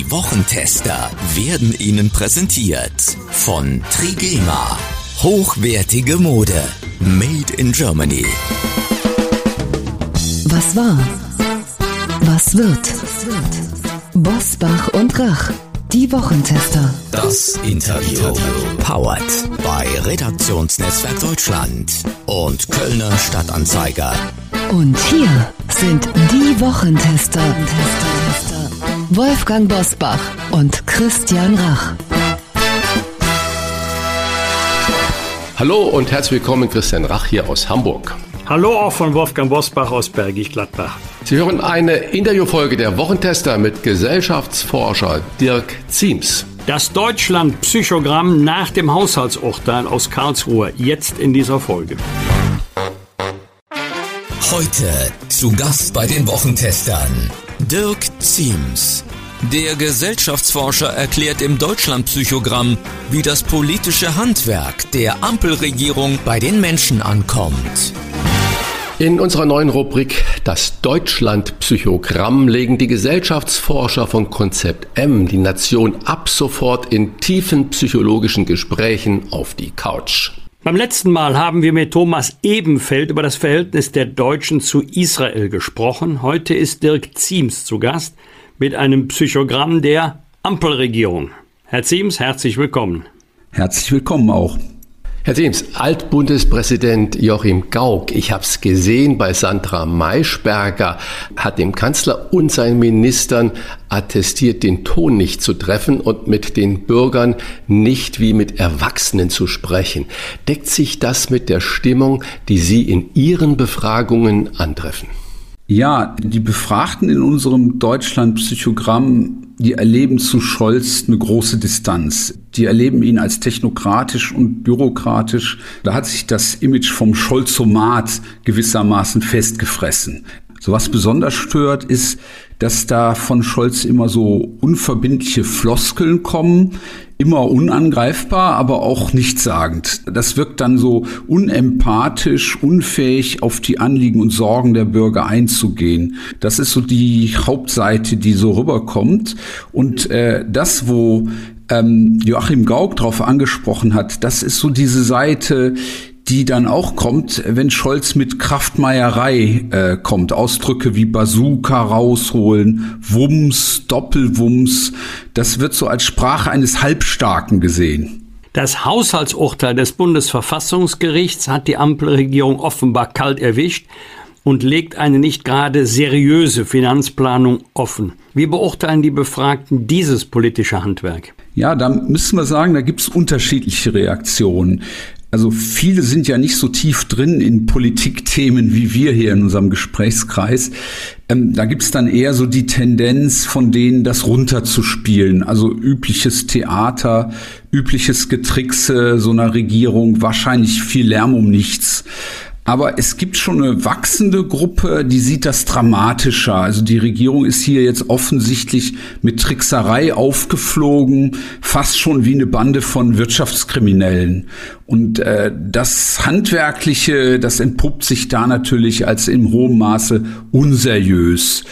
Die Wochentester werden Ihnen präsentiert von Trigema. Hochwertige Mode. Made in Germany. Was war? Was wird? Bosbach und Rach. Die Wochentester. Das Interview. Powered bei Redaktionsnetzwerk Deutschland und Kölner Stadtanzeiger. Und hier sind die Wochentester. Wolfgang Bosbach und Christian Rach. Hallo und herzlich willkommen, Christian Rach hier aus Hamburg. Hallo auch von Wolfgang Bosbach aus Bergisch Gladbach. Sie hören eine Interviewfolge der Wochentester mit Gesellschaftsforscher Dirk Ziems. Das Deutschland-Psychogramm nach dem Haushaltsurteil aus Karlsruhe, jetzt in dieser Folge. Heute zu Gast bei den Wochentestern Dirk Ziems. Der Gesellschaftsforscher erklärt im Deutschland-Psychogramm, wie das politische Handwerk der Ampelregierung bei den Menschen ankommt. In unserer neuen Rubrik Das Deutschland-Psychogramm legen die Gesellschaftsforscher von Konzept M die Nation ab sofort in tiefen psychologischen Gesprächen auf die Couch. Beim letzten Mal haben wir mit Thomas Ebenfeld über das Verhältnis der Deutschen zu Israel gesprochen. Heute ist Dirk Ziems zu Gast mit einem Psychogramm der Ampelregierung. Herr Ziems, herzlich willkommen. Herzlich willkommen auch. Herr Ziems, Altbundespräsident Joachim Gauck, ich habe es gesehen bei Sandra Maischberger, hat dem Kanzler und seinen Ministern attestiert, den Ton nicht zu treffen und mit den Bürgern nicht wie mit Erwachsenen zu sprechen. Deckt sich das mit der Stimmung, die Sie in Ihren Befragungen antreffen? Ja, die Befragten in unserem Deutschland-Psychogramm, die erleben zu Scholz eine große Distanz. Die erleben ihn als technokratisch und bürokratisch. Da hat sich das Image vom Scholzomat gewissermaßen festgefressen. So was besonders stört, ist, dass da von Scholz immer so unverbindliche Floskeln kommen, immer unangreifbar, aber auch nichtssagend. Das wirkt dann so unempathisch, unfähig, auf die Anliegen und Sorgen der Bürger einzugehen. Das ist so die Hauptseite, die so rüberkommt. Und das, wo Joachim Gauck drauf angesprochen hat, das ist so diese Seite, die dann auch kommt, wenn Scholz mit Kraftmeierei kommt. Ausdrücke wie Bazooka rausholen, Wumms, Doppelwumms. Das wird so als Sprache eines Halbstarken gesehen. Das Haushaltsurteil des Bundesverfassungsgerichts hat die Ampelregierung offenbar kalt erwischt und legt eine nicht gerade seriöse Finanzplanung offen. Wie beurteilen die Befragten dieses politische Handwerk? Ja, da müssen wir sagen, da gibt es unterschiedliche Reaktionen. Also viele sind ja nicht so tief drin in Politikthemen wie wir hier in unserem Gesprächskreis. Da gibt's dann eher so die Tendenz von denen, das runterzuspielen. Also übliches Theater, übliches Getrickse so einer Regierung, wahrscheinlich viel Lärm um nichts. Aber es gibt schon eine wachsende Gruppe, die sieht das dramatischer. Also die Regierung ist hier jetzt offensichtlich mit Trickserei aufgeflogen, fast schon wie eine Bande von Wirtschaftskriminellen. Und das Handwerkliche, das entpuppt sich da natürlich als in hohem Maße unseriös.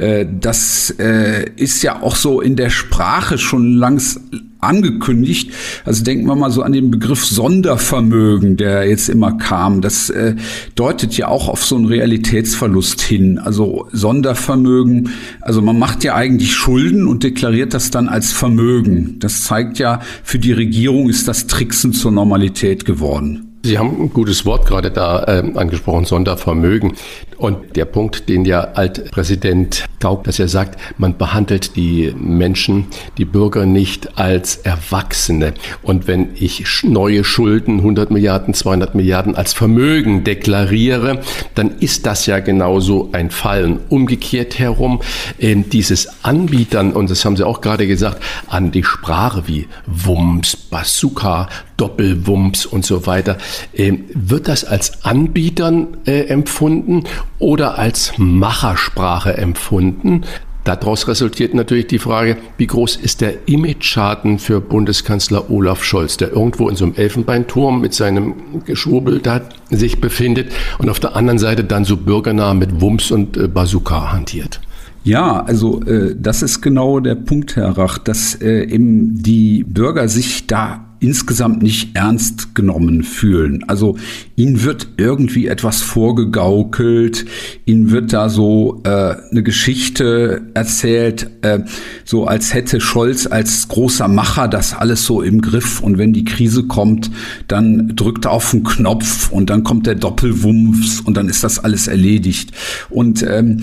Das ist ja auch so in der Sprache schon langs angekündigt. Also denken wir mal so an den Begriff Sondervermögen, der jetzt immer kam. Das deutet ja auch auf so einen Realitätsverlust hin. Also Sondervermögen, also man macht ja eigentlich Schulden und deklariert das dann als Vermögen. Das zeigt ja, für die Regierung ist das Tricksen zur Normalität geworden. Sie haben ein gutes Wort gerade da angesprochen, Sondervermögen. Und der Punkt, den ja Altpräsident Gauck, dass er sagt, man behandelt die Menschen, die Bürger nicht als Erwachsene. Und wenn ich neue Schulden, 100 Milliarden, 200 Milliarden als Vermögen deklariere, dann ist das ja genauso ein Fall. Und umgekehrt herum, dieses Anbietern, und das haben Sie auch gerade gesagt, an die Sprache wie Wumms, Bazooka, Doppelwumms und so weiter, wird das als Anbietern empfunden oder als Machersprache empfunden? Daraus resultiert natürlich die Frage, wie groß ist der Image-Schaden für Bundeskanzler Olaf Scholz, der irgendwo in so einem Elfenbeinturm mit seinem Geschwurbel da sich befindet und auf der anderen Seite dann so bürgernah mit Wumms und Bazooka hantiert. Ja, also das ist genau der Punkt, Herr Rach, dass eben die Bürger sich da insgesamt nicht ernst genommen fühlen. Also ihnen wird irgendwie etwas vorgegaukelt, ihnen wird da so eine Geschichte erzählt, so als hätte Scholz als großer Macher das alles so im Griff, und wenn die Krise kommt, dann drückt er auf den Knopf und dann kommt der Doppelwumms und dann ist das alles erledigt. Und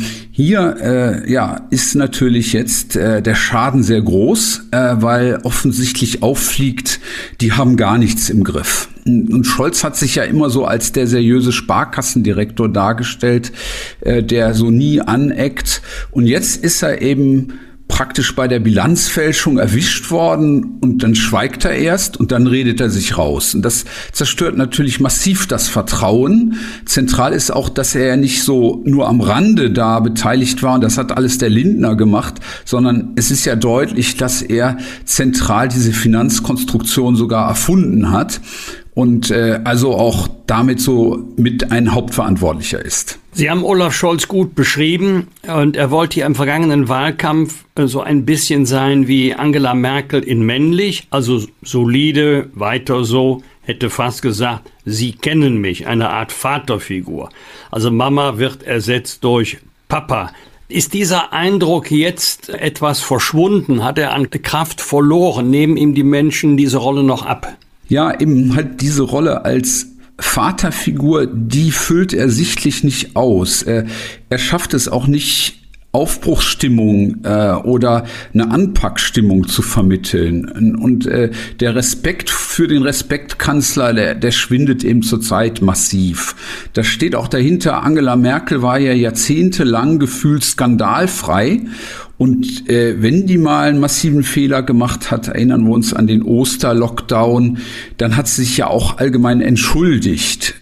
hier ist natürlich jetzt der Schaden sehr groß, weil offensichtlich auffliegt, die haben gar nichts im Griff. Und Scholz hat sich ja immer so als der seriöse Sparkassendirektor dargestellt, der so nie aneckt. Und jetzt ist er eben praktisch bei der Bilanzfälschung erwischt worden und dann schweigt er erst und dann redet er sich raus. Und das zerstört natürlich massiv das Vertrauen. Zentral ist auch, dass er ja nicht so nur am Rande da beteiligt war und das hat alles der Lindner gemacht, sondern es ist ja deutlich, dass er zentral diese Finanzkonstruktion sogar erfunden hat und also auch damit so mit ein Hauptverantwortlicher ist. Sie haben Olaf Scholz gut beschrieben und er wollte ja im vergangenen Wahlkampf so ein bisschen sein wie Angela Merkel in männlich, also solide, weiter so, hätte fast gesagt, Sie kennen mich, eine Art Vaterfigur. Also Mama wird ersetzt durch Papa. Ist dieser Eindruck jetzt etwas verschwunden? Hat er an Kraft verloren? Nehmen ihm die Menschen diese Rolle noch ab? Ja, eben halt diese Rolle als Vaterfigur, die füllt er sichtlich nicht aus. Er schafft es auch nicht, Aufbruchsstimmung oder eine Anpackstimmung zu vermitteln. Und der Respekt für den Respektkanzler, der schwindet eben zurzeit massiv. Da steht auch dahinter, Angela Merkel war ja jahrzehntelang gefühlt skandalfrei. Und wenn die mal einen massiven Fehler gemacht hat, erinnern wir uns an den Osterlockdown, dann hat sie sich ja auch allgemein entschuldigt.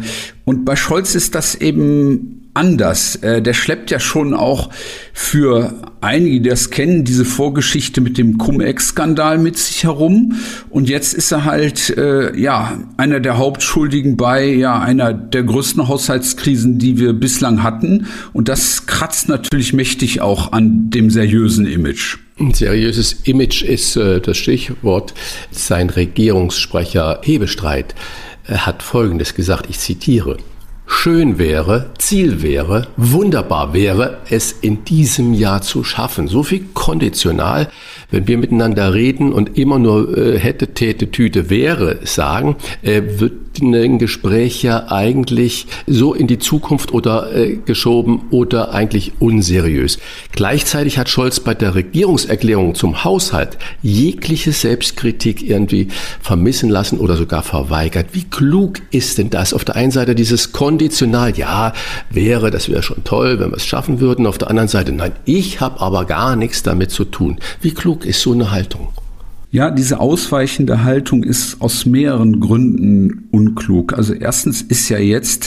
Und bei Scholz ist das eben anders. Der schleppt ja schon auch für einige, die das kennen, diese Vorgeschichte mit dem Cum-Ex-Skandal mit sich herum. Und jetzt ist er halt einer der Hauptschuldigen bei einer der größten Haushaltskrisen, die wir bislang hatten. Und das kratzt natürlich mächtig auch an dem seriösen Image. Ein seriöses Image ist das Stichwort. Sein Regierungssprecher Hebestreit hat Folgendes gesagt, ich zitiere: Schön wäre, Ziel wäre, wunderbar wäre, es in diesem Jahr zu schaffen. So viel konditional, wenn wir miteinander reden und immer nur hätte, täte, Tüte, wäre sagen, wird ein Gespräch ja eigentlich so in die Zukunft oder geschoben oder eigentlich unseriös. Gleichzeitig hat Scholz bei der Regierungserklärung zum Haushalt jegliche Selbstkritik irgendwie vermissen lassen oder sogar verweigert. Wie klug ist denn das? Auf der einen Seite dieses konditional, ja, das wäre schon toll, wenn wir es schaffen würden. Auf der anderen Seite, nein, ich habe aber gar nichts damit zu tun. Wie klug ist so eine Haltung? Ja, diese ausweichende Haltung ist aus mehreren Gründen unklug. Also erstens ist ja jetzt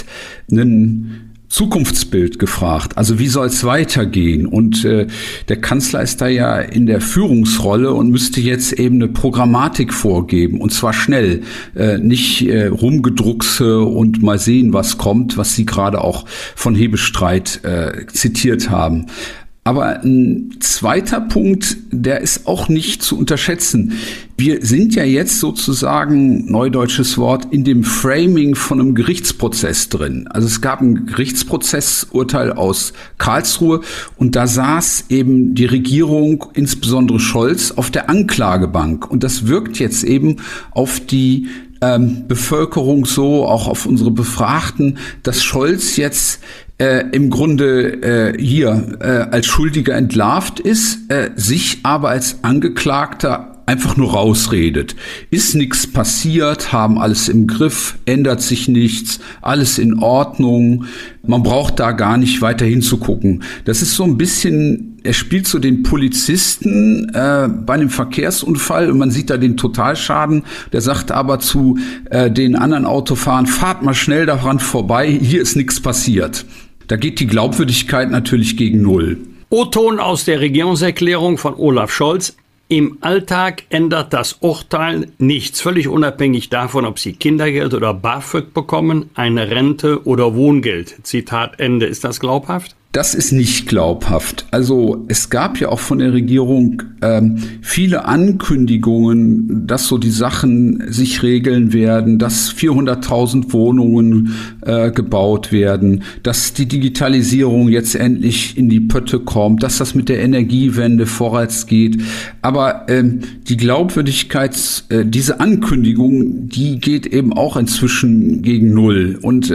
ein Zukunftsbild gefragt. Also wie soll es weitergehen? Und der Kanzler ist da ja in der Führungsrolle und müsste jetzt eben eine Programmatik vorgeben. Und zwar schnell. Nicht Rumgedruckse und mal sehen, was kommt, was Sie gerade auch von Hebestreit zitiert haben. Aber ein zweiter Punkt, der ist auch nicht zu unterschätzen. Wir sind ja jetzt sozusagen, neudeutsches Wort, in dem Framing von einem Gerichtsprozess drin. Also es gab ein Gerichtsprozessurteil aus Karlsruhe und da saß eben die Regierung, insbesondere Scholz, auf der Anklagebank. Und das wirkt jetzt eben auf die Bevölkerung so, auch auf unsere Befragten, dass Scholz jetzt im Grunde als Schuldiger entlarvt ist, sich aber als Angeklagter einfach nur rausredet. Ist nichts passiert, haben alles im Griff, ändert sich nichts, alles in Ordnung. Man braucht da gar nicht weiter hinzugucken. Das ist so ein bisschen, er spielt so den Polizisten bei einem Verkehrsunfall und man sieht da den Totalschaden. Der sagt aber zu den anderen Autofahrern, fahrt mal schnell daran vorbei, hier ist nichts passiert. Da geht die Glaubwürdigkeit natürlich gegen Null. O-Ton aus der Regierungserklärung von Olaf Scholz. Im Alltag ändert das Urteil nichts, völlig unabhängig davon, ob Sie Kindergeld oder BAföG bekommen, eine Rente oder Wohngeld. Zitat Ende. Ist das glaubhaft? das ist nicht glaubhaft. Also es gab ja auch von der Regierung viele Ankündigungen, dass so die Sachen sich regeln werden, dass 400.000 Wohnungen gebaut werden, dass die Digitalisierung jetzt endlich in die Pötte kommt, dass das mit der Energiewende vorwärts geht. Aber die Glaubwürdigkeit, diese Ankündigung, die geht eben auch inzwischen gegen Null. Und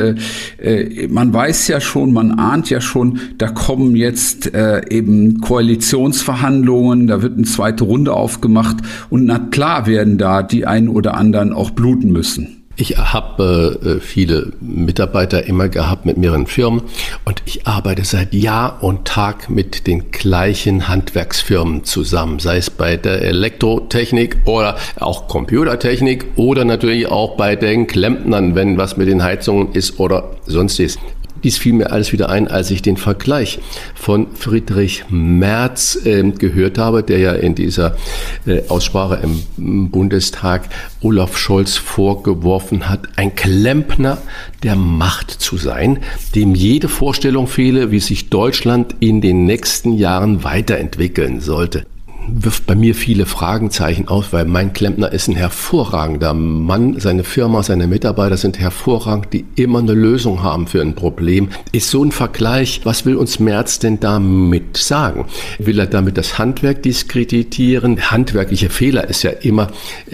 man weiß ja schon, man ahnt ja schon, da kommen jetzt eben Koalitionsverhandlungen, da wird eine zweite Runde aufgemacht und na klar werden da die einen oder anderen auch bluten müssen. Ich habe viele Mitarbeiter immer gehabt mit mehreren Firmen und ich arbeite seit Jahr und Tag mit den gleichen Handwerksfirmen zusammen, sei es bei der Elektrotechnik oder auch Computertechnik oder natürlich auch bei den Klempnern, wenn was mit den Heizungen ist oder sonstiges. Dies fiel mir alles wieder ein, als ich den Vergleich von Friedrich Merz gehört habe, der ja in dieser Aussprache im Bundestag Olaf Scholz vorgeworfen hat, ein Klempner der Macht zu sein, dem jede Vorstellung fehle, wie sich Deutschland in den nächsten Jahren weiterentwickeln sollte. Wirft bei mir viele Fragezeichen auf, weil mein Klempner ist ein hervorragender Mann. Seine Firma, seine Mitarbeiter sind hervorragend, die immer eine Lösung haben für ein Problem. Ist so ein Vergleich, was will uns Merz denn damit sagen? Will er damit das Handwerk diskreditieren? Handwerkliche Fehler ist ja immer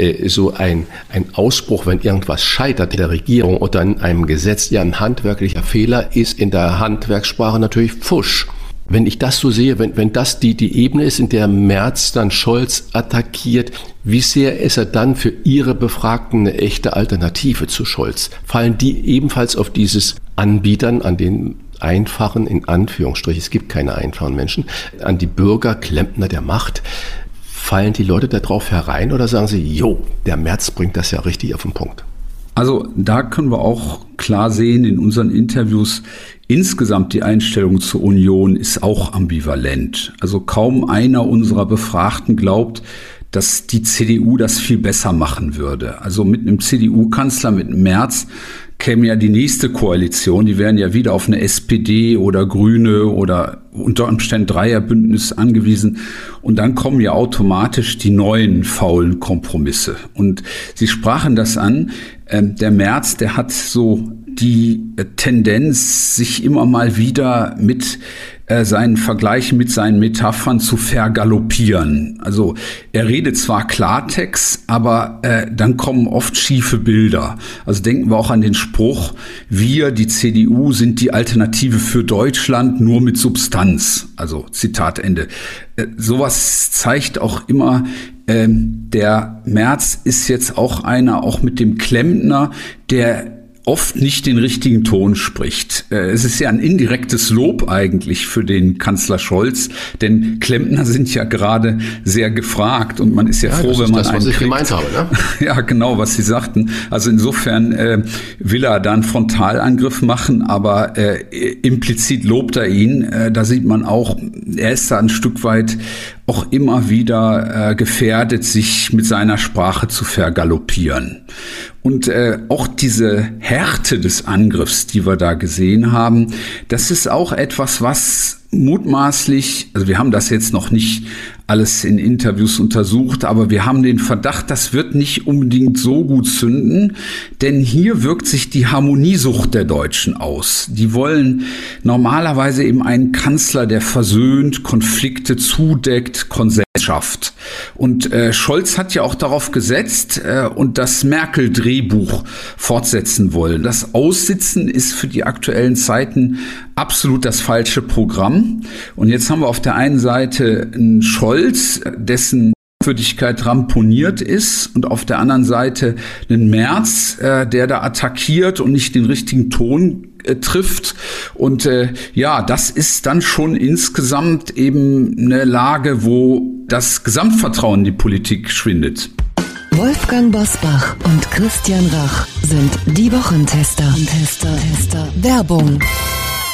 so ein Ausbruch, wenn irgendwas scheitert in der Regierung oder in einem Gesetz. Ja, ein handwerklicher Fehler ist in der Handwerkssprache natürlich Pfusch. Wenn ich das so sehe, wenn das die Ebene ist, in der Merz dann Scholz attackiert, wie sehr ist er dann für Ihre Befragten eine echte Alternative zu Scholz? Fallen die ebenfalls auf dieses Anbietern, an den einfachen, in Anführungsstrichen, es gibt keine einfachen Menschen, an die Bürger, Klempner der Macht, fallen die Leute darauf herein oder sagen sie, jo, der Merz bringt das ja richtig auf den Punkt? Also da können wir auch klar sehen in unseren Interviews, insgesamt die Einstellung zur Union ist auch ambivalent. Also kaum einer unserer Befragten glaubt, dass die CDU das viel besser machen würde. Also mit einem CDU-Kanzler, mit Merz, käme ja die nächste Koalition, die wären ja wieder auf eine SPD oder Grüne oder unter Umständen Dreierbündnis angewiesen. Und dann kommen ja automatisch die neuen faulen Kompromisse. Und Sie sprachen das an, der Merz, der hat so die Tendenz, sich immer mal wieder mit seinen Vergleichen, mit seinen Metaphern zu vergaloppieren. Also er redet zwar Klartext, aber dann kommen oft schiefe Bilder. Also denken wir auch an den Spruch, wir, die CDU, sind die Alternative für Deutschland, nur mit Substanz. Also Zitat Ende. Sowas zeigt auch immer, der Merz ist jetzt auch einer, auch mit dem Klempner, der oft nicht den richtigen Ton spricht. Es ist ja ein indirektes Lob eigentlich für den Kanzler Scholz, denn Klempner sind ja gerade sehr gefragt und man ist ja froh, wenn man einen kriegt. Das ist das, was ich gemeint habe, ne? Ja, genau, was Sie sagten. Also insofern will er da einen Frontalangriff machen, aber implizit lobt er ihn. Da sieht man auch, er ist da ein Stück weit auch immer wieder gefährdet, sich mit seiner Sprache zu vergaloppieren. Und auch diese Härte des Angriffs, die wir da gesehen haben, das ist auch etwas, was mutmaßlich, also wir haben das jetzt noch nicht alles in Interviews untersucht, aber wir haben den Verdacht, das wird nicht unbedingt so gut zünden, denn hier wirkt sich die Harmoniesucht der Deutschen aus. Die wollen normalerweise eben einen Kanzler, der versöhnt, Konflikte zudeckt, Konsens schafft. Und Scholz hat ja auch darauf gesetzt und das Merkel-Drehbuch fortsetzen wollen. Das Aussitzen ist für die aktuellen Zeiten absolut das falsche Programm. Und jetzt haben wir auf der einen Seite einen Scholz, dessen Glaubwürdigkeit ramponiert ist, und auf der anderen Seite einen Merz, der da attackiert und nicht den richtigen Ton trifft. Und ja, das ist dann schon insgesamt eben eine Lage, wo das Gesamtvertrauen in die Politik schwindet. Wolfgang Bosbach und Christian Rach sind die Wochentester. Werbung.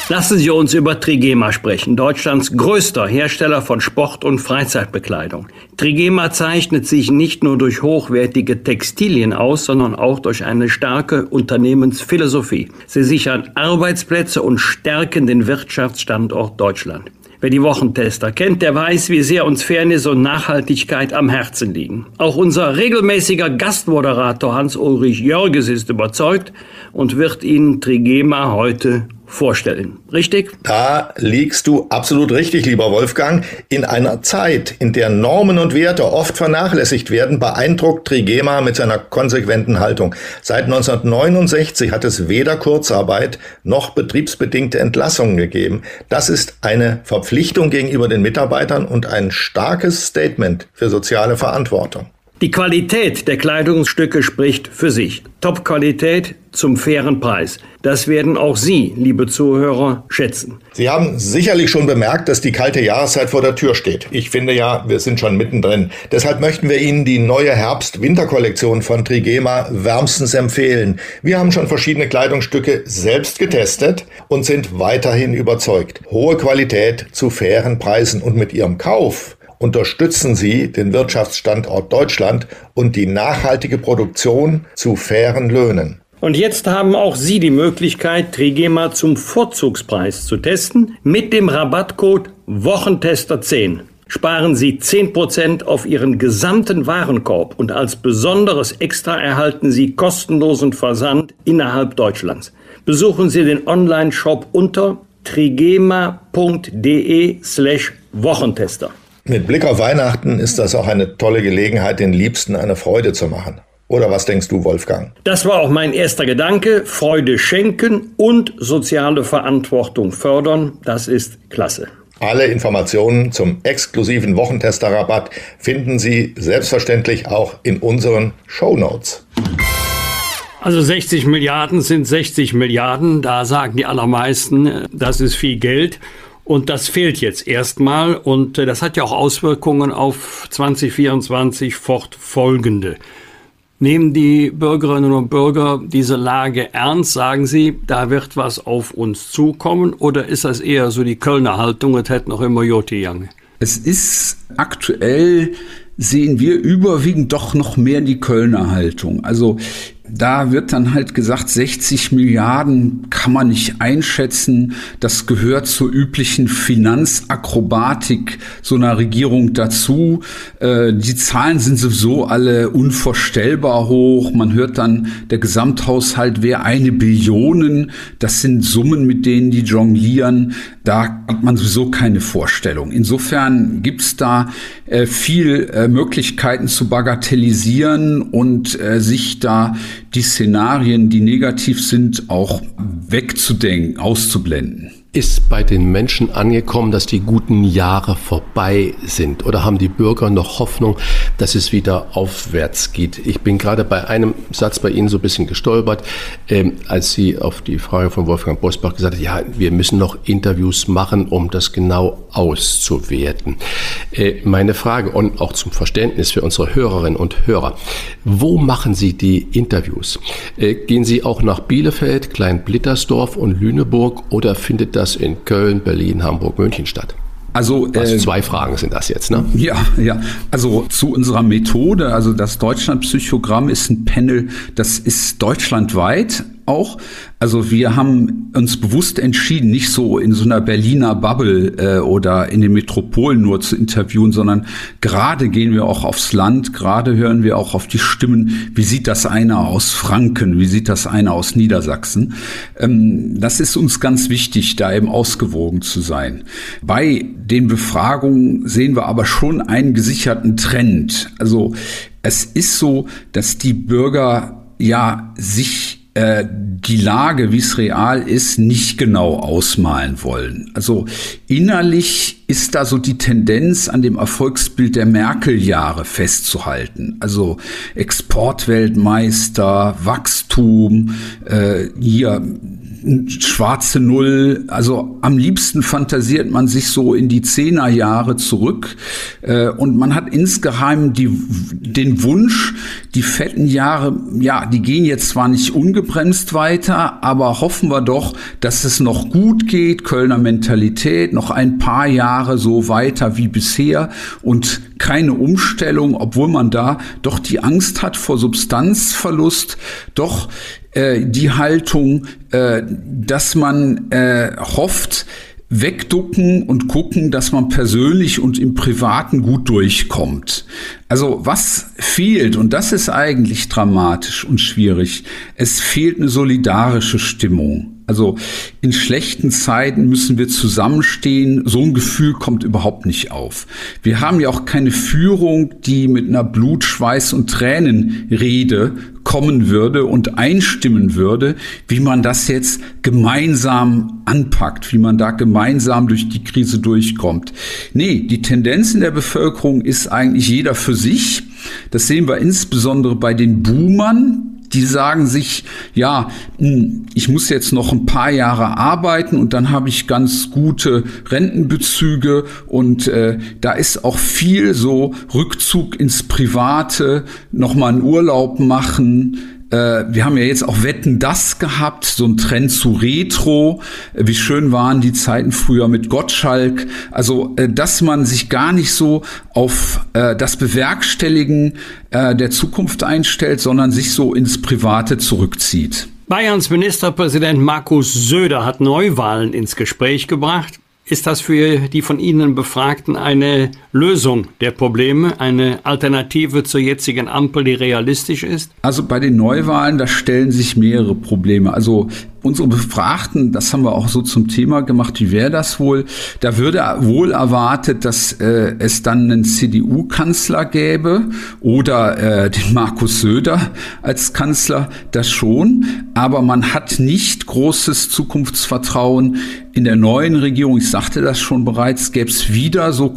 Lassen Sie uns über Trigema sprechen, Deutschlands größter Hersteller von Sport- und Freizeitbekleidung. Trigema zeichnet sich nicht nur durch hochwertige Textilien aus, sondern auch durch eine starke Unternehmensphilosophie. Sie sichern Arbeitsplätze und stärken den Wirtschaftsstandort Deutschland. Wer die Wochentester kennt, der weiß, wie sehr uns Fairness und Nachhaltigkeit am Herzen liegen. Auch unser regelmäßiger Gastmoderator Hans-Ulrich Jörges ist überzeugt und wird Ihnen Trigema heute vorstellen. Richtig? Da liegst du absolut richtig, lieber Wolfgang. In einer Zeit, in der Normen und Werte oft vernachlässigt werden, beeindruckt Trigema mit seiner konsequenten Haltung. Seit 1969 hat es weder Kurzarbeit noch betriebsbedingte Entlassungen gegeben. Das ist eine Verpflichtung gegenüber den Mitarbeitern und ein starkes Statement für soziale Verantwortung. Die Qualität der Kleidungsstücke spricht für sich. Top-Qualität zum fairen Preis. Das werden auch Sie, liebe Zuhörer, schätzen. Sie haben sicherlich schon bemerkt, dass die kalte Jahreszeit vor der Tür steht. Ich finde ja, wir sind schon mittendrin. Deshalb möchten wir Ihnen die neue Herbst-Winter-Kollektion von Trigema wärmstens empfehlen. Wir haben schon verschiedene Kleidungsstücke selbst getestet und sind weiterhin überzeugt. Hohe Qualität zu fairen Preisen, und mit Ihrem Kauf unterstützen Sie den Wirtschaftsstandort Deutschland und die nachhaltige Produktion zu fairen Löhnen. Und jetzt haben auch Sie die Möglichkeit, Trigema zum Vorzugspreis zu testen mit dem Rabattcode Wochentester10. Sparen Sie 10% auf Ihren gesamten Warenkorb und als besonderes Extra erhalten Sie kostenlosen Versand innerhalb Deutschlands. Besuchen Sie den Online-Shop unter trigema.de/Wochentester. Mit Blick auf Weihnachten ist das auch eine tolle Gelegenheit, den Liebsten eine Freude zu machen. Oder was denkst du, Wolfgang? Das war auch mein erster Gedanke. Freude schenken und soziale Verantwortung fördern. Das ist klasse. Alle Informationen zum exklusiven Wochentester-Rabatt finden Sie selbstverständlich auch in unseren Shownotes. Also 60 Milliarden sind 60 Milliarden. Da sagen die allermeisten, das ist viel Geld. Und das fehlt jetzt erstmal. Und das hat ja auch Auswirkungen auf 2024 fortfolgende. Nehmen die Bürgerinnen und Bürger diese Lage ernst? Sagen Sie, da wird was auf uns zukommen? Oder ist das eher so die Kölner Haltung, es hätte noch immer Joti Jange? Es ist aktuell, sehen wir überwiegend doch noch mehr die Kölner Haltung. Also da wird dann halt gesagt, 60 Milliarden kann man nicht einschätzen. Das gehört zur üblichen Finanzakrobatik so einer Regierung dazu. Die Zahlen sind sowieso alle unvorstellbar hoch. Man hört dann, der Gesamthaushalt wäre 1 Billion. Das sind Summen, mit denen die jonglieren. Da hat man sowieso keine Vorstellung. Insofern gibt's da viel Möglichkeiten zu bagatellisieren und sich da die Szenarien, die negativ sind, auch wegzudenken, auszublenden. Ist bei den Menschen angekommen, dass die guten Jahre vorbei sind? Oder haben die Bürger noch Hoffnung, dass es wieder aufwärts geht? Ich bin gerade bei einem Satz bei Ihnen so ein bisschen gestolpert, als Sie auf die Frage von Wolfgang Bosbach gesagt haben, ja, wir müssen noch Interviews machen, um das genau auszuwerten. Meine Frage und auch zum Verständnis für unsere Hörerinnen und Hörer. Wo machen Sie die Interviews? Gehen Sie auch nach Bielefeld, Klein-Blittersdorf und Lüneburg oder findet das in Köln, Berlin, Hamburg, München statt? Also 2 Fragen sind das jetzt, ne? Ja. Also zu unserer Methode, also das Deutschland-Psychogramm ist ein Panel, das ist deutschlandweit auch. Also wir haben uns bewusst entschieden, nicht so in so einer Berliner Bubble oder in den Metropolen nur zu interviewen, sondern gerade gehen wir auch aufs Land, gerade hören wir auch auf die Stimmen. Wie sieht das einer aus Franken? Wie sieht das einer aus Niedersachsen? Das ist uns ganz wichtig, da eben ausgewogen zu sein. Bei den Befragungen sehen wir aber schon einen gesicherten Trend. Also es ist so, dass die Bürger sich die Lage, wie es real ist, nicht genau ausmalen wollen. Also innerlich ist da so die Tendenz, an dem Erfolgsbild der Merkel-Jahre festzuhalten. Also Exportweltmeister, Wachstum, hier schwarze Null. Also am liebsten fantasiert man sich so in die 10er Jahre zurück und man hat insgeheim den Wunsch, die fetten Jahre, ja, die gehen jetzt zwar nicht ungebremst weiter, aber hoffen wir doch, dass es noch gut geht, Kölner Mentalität, noch ein paar Jahre so weiter wie bisher und keine Umstellung, obwohl man da doch die Angst hat vor Substanzverlust, doch die Haltung, dass man hofft, wegducken und gucken, dass man persönlich und im Privaten gut durchkommt. Also was fehlt, und das ist eigentlich dramatisch und schwierig, es fehlt eine solidarische Stimmung. Also in schlechten Zeiten müssen wir zusammenstehen. So ein Gefühl kommt überhaupt nicht auf. Wir haben ja auch keine Führung, die mit einer Blut-, Schweiß- und Tränenrede kommen würde und einstimmen würde, wie man das jetzt gemeinsam anpackt, wie man da gemeinsam durch die Krise durchkommt. Nee, die Tendenz in der Bevölkerung ist eigentlich jeder für sich. Das sehen wir insbesondere bei den Boomern. Die sagen sich, ja, ich muss jetzt noch ein paar Jahre arbeiten und dann habe ich ganz gute Rentenbezüge und da ist auch viel so Rückzug ins Private, nochmal einen Urlaub machen. Wir haben ja jetzt auch Wetten, das gehabt, so ein Trend zu Retro. Wie schön waren die Zeiten früher mit Gottschalk. Also, dass man sich gar nicht so auf das Bewerkstelligen der Zukunft einstellt, sondern sich so ins Private zurückzieht. Bayerns Ministerpräsident Markus Söder hat Neuwahlen ins Gespräch gebracht. Ist das für die von Ihnen Befragten eine Lösung der Probleme, eine Alternative zur jetzigen Ampel, die realistisch ist? Also bei den Neuwahlen, da stellen sich mehrere Probleme. Also unsere Befragten, das haben wir auch so zum Thema gemacht, wie wäre das wohl? Da würde wohl erwartet, dass es dann einen CDU-Kanzler gäbe oder den Markus Söder als Kanzler, das schon. Aber man hat nicht großes Zukunftsvertrauen in der neuen Regierung. Ich sagte das schon bereits, gäbe es wieder so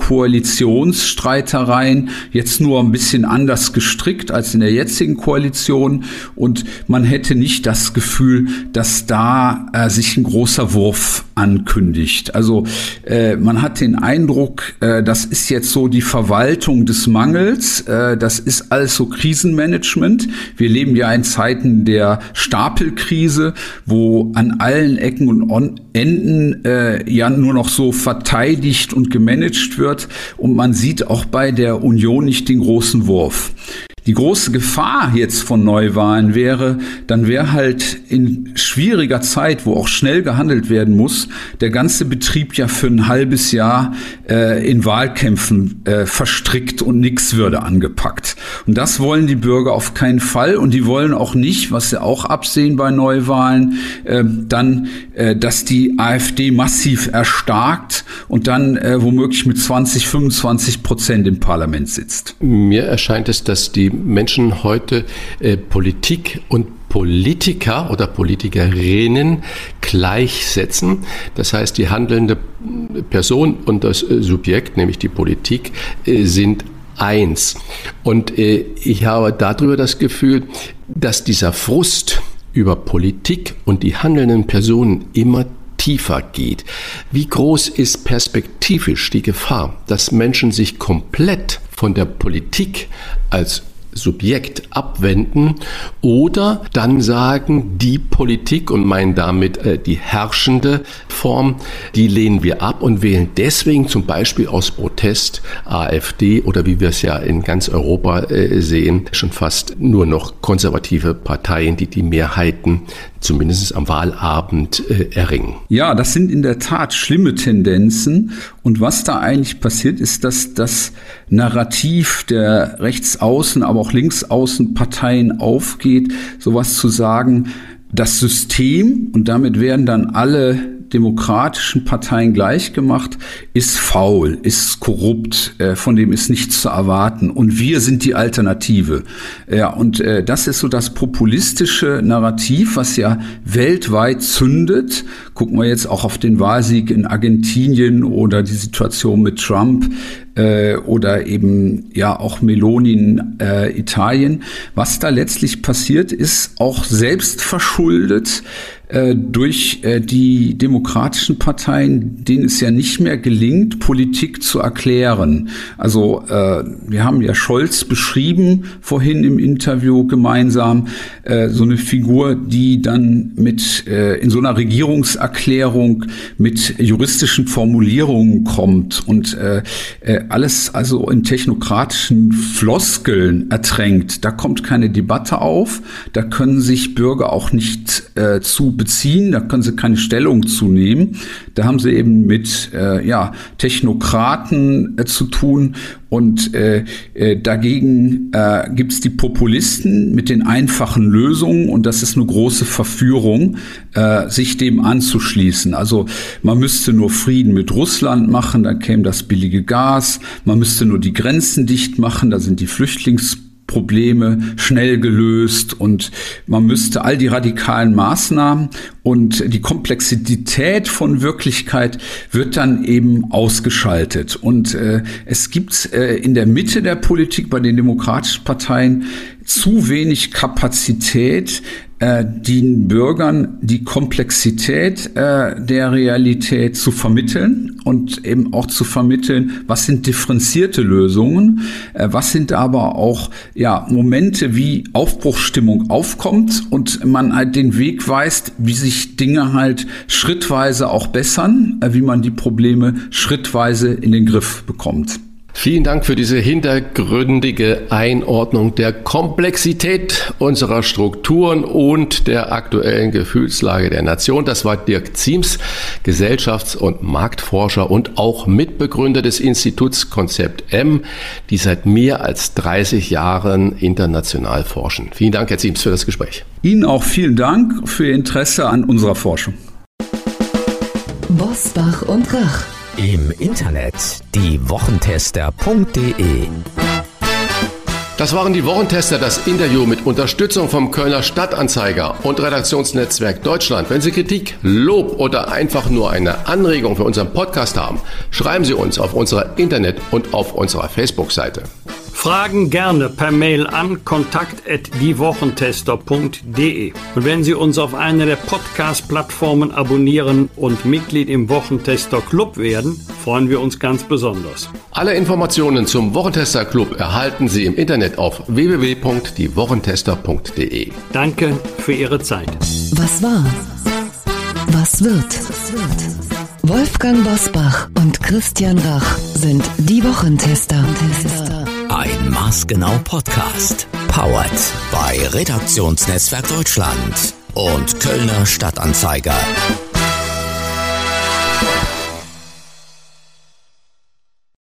Koalitionsstreitereien, jetzt nur ein bisschen anders gestrickt als in der jetzigen Koalition. Und man hätte nicht das Gefühl, dass da sich ein großer Wurf ankündigt. Also man hat den Eindruck, das ist jetzt so die Verwaltung des Mangels, das ist also Krisenmanagement. Wir leben ja in Zeiten der Stapelkrise, wo an allen Ecken und Enden ja nur noch so verteidigt und gemanagt wird und man sieht auch bei der Union nicht den großen Wurf. Die große Gefahr jetzt von Neuwahlen wäre, dann wäre halt in schwieriger Zeit, wo auch schnell gehandelt werden muss, der ganze Betrieb ja für ein halbes Jahr in Wahlkämpfen verstrickt und nichts würde angepackt. Und das wollen die Bürger auf keinen Fall und die wollen auch nicht, was sie auch absehen bei Neuwahlen, dass die AfD massiv erstarkt und dann womöglich mit 20-25% im Parlament sitzt. Mir erscheint es, dass die Menschen heute Politik und Politiker oder Politikerinnen gleichsetzen. Das heißt, die handelnde Person und das Subjekt, nämlich die Politik, sind eins. Und ich habe darüber das Gefühl, dass dieser Frust über Politik und die handelnden Personen immer tiefer geht. Wie groß ist perspektivisch die Gefahr, dass Menschen sich komplett von der Politik als Subjekt abwenden oder dann sagen, die Politik und meinen damit die herrschende Form, die lehnen wir ab und wählen deswegen zum Beispiel aus Protest AfD oder wie wir es ja in ganz Europa sehen, schon fast nur noch konservative Parteien, die die Mehrheiten zumindest am Wahlabend erringen. Ja, das sind in der Tat schlimme Tendenzen. Und was da eigentlich passiert, ist, dass das Narrativ der Rechtsaußen, aber auch Linksaußen Parteien aufgeht, sowas zu sagen, das System, und damit werden dann alle demokratischen Parteien gleichgemacht, ist faul, ist korrupt, von dem ist nichts zu erwarten und wir sind die Alternative. Ja, und das ist so das populistische Narrativ, was ja weltweit zündet. Gucken wir jetzt auch auf den Wahlsieg in Argentinien oder die Situation mit Trump. oder eben ja auch Meloni in Italien. Was da letztlich passiert, ist auch selbst verschuldet durch die demokratischen Parteien, denen es ja nicht mehr gelingt, Politik zu erklären. Also wir haben ja Scholz beschrieben vorhin im Interview gemeinsam, so eine Figur, die dann mit in so einer Regierungserklärung mit juristischen Formulierungen kommt und alles also in technokratischen Floskeln ertränkt. Da kommt keine Debatte auf, da können sich Bürger auch nicht zu beziehen, da können sie keine Stellung zu nehmen. Da haben sie eben mit Technokraten zu tun und dagegen gibt's die Populisten mit den einfachen Lösungen und das ist eine große Verführung, sich dem anzuschließen. Also man müsste nur Frieden mit Russland machen, dann käme das billige Gas, man müsste nur die Grenzen dicht machen, da sind die Flüchtlingsprobleme schnell gelöst und man müsste all die radikalen Maßnahmen und die Komplexität von Wirklichkeit wird dann eben ausgeschaltet. Und es gibt in der Mitte der Politik bei den demokratischen Parteien zu wenig Kapazität, den Bürgern die Komplexität der Realität zu vermitteln und eben auch zu vermitteln, was sind differenzierte Lösungen, was sind aber auch Momente, wie Aufbruchsstimmung aufkommt und man halt den Weg weist, wie sich Dinge halt schrittweise auch bessern, wie man die Probleme schrittweise in den Griff bekommt. Vielen Dank für diese hintergründige Einordnung der Komplexität unserer Strukturen und der aktuellen Gefühlslage der Nation. Das war Dirk Ziems, Gesellschafts- und Marktforscher und auch Mitbegründer des Instituts Konzept M, die seit mehr als 30 Jahren international forschen. Vielen Dank, Herr Ziems, für das Gespräch. Ihnen auch vielen Dank für Ihr Interesse an unserer Forschung. Bosbach und Rach. Im Internet diewochentester.de. Das waren die Wochentester, das Interview mit Unterstützung vom Kölner Stadtanzeiger und Redaktionsnetzwerk Deutschland. Wenn Sie Kritik, Lob oder einfach nur eine Anregung für unseren Podcast haben, schreiben Sie uns auf unserer Internet- und auf unserer Facebook-Seite. Fragen gerne per Mail an kontakt@diewochentester.de. Und wenn Sie uns auf einer der Podcast-Plattformen abonnieren und Mitglied im Wochentester Club werden, freuen wir uns ganz besonders. Alle Informationen zum Wochentester Club erhalten Sie im Internet auf www.diewochentester.de. Danke für Ihre Zeit. Was war? Was wird? Wolfgang Bosbach und Christian Rach sind die Wochentester. Ein Maßgenau Podcast. Powered bei Redaktionsnetzwerk Deutschland und Kölner Stadtanzeiger.